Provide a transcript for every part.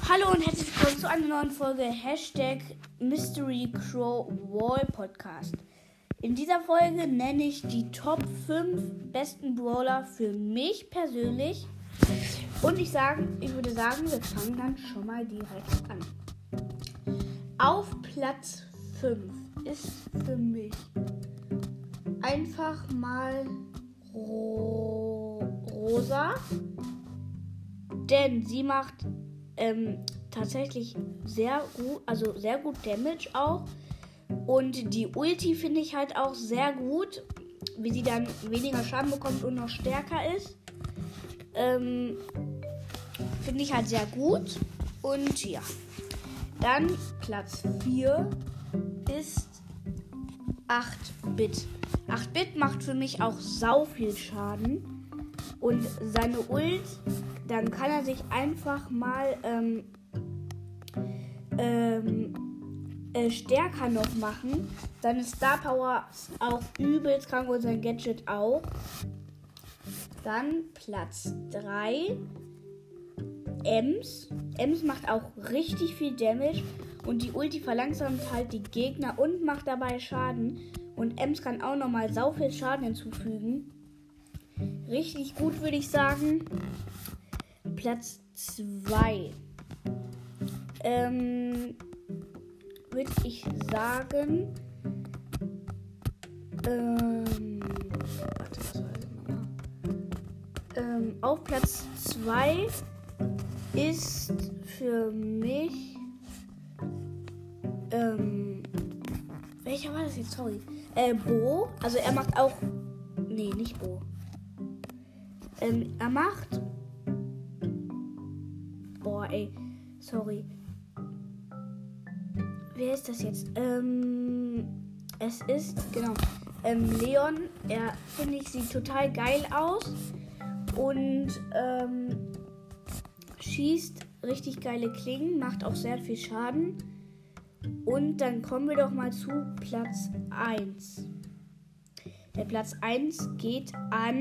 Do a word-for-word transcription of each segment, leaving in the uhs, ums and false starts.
Hallo und herzlich willkommen zu einer neuen Folge Hashtag Mystery Crow Wall Podcast. In dieser Folge nenne ich die Top fünf besten Brawler für mich persönlich. Und ich, sagen, ich würde sagen, wir fangen dann schon mal direkt an. Auf Platz fünf ist für mich einfach mal Ro- Rosa. Denn sie macht ähm, tatsächlich sehr gut, also sehr gut Damage auch. Und die Ulti finde ich halt auch sehr gut, wie sie dann weniger Schaden bekommt und noch stärker ist. Ähm, finde ich halt sehr gut. Und ja. Dann Platz vier ist acht Bit. acht Bit macht für mich auch sau viel Schaden. Und seine Ult, dann kann er sich einfach mal ähm, ähm, äh, stärker noch machen. Seine Star Power ist auch übelst krank und sein Gadget auch. Dann Platz drei. Ems. Ems macht auch richtig viel Damage. Und die Ulti verlangsamt halt die Gegner und macht dabei Schaden. Und Ems kann auch nochmal sau viel Schaden hinzufügen. Richtig gut, würde ich sagen. Platz zwei. Ähm, würde ich sagen. Ähm, warte, was war das nochmal? Ähm, auf Platz zwei ist für mich. Ähm, welcher war das jetzt? Sorry. Äh, Bo. Also er macht auch. Nee, nicht Bo. Ähm, er macht. Boah, ey. Sorry. Wer ist das jetzt? Ähm, es ist, genau. Ähm, Leon. Er, finde ich, sieht total geil aus. Und, ähm, schießt richtig geile Klingen. Macht auch sehr viel Schaden. Und dann kommen wir doch mal zu Platz eins. Der Platz eins geht an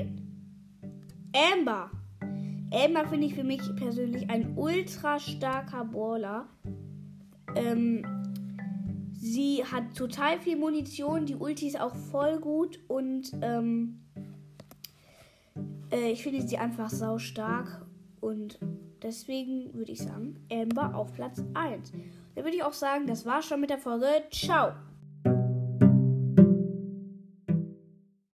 Amber. Amber finde ich für mich persönlich ein ultra starker Brawler. Ähm, sie hat total viel Munition, die Ulti ist auch voll gut und ähm, äh, ich finde sie einfach sau stark und deswegen würde ich sagen, Amber auf Platz eins. Dann würde ich auch sagen, das war's schon mit der Folge. Ciao!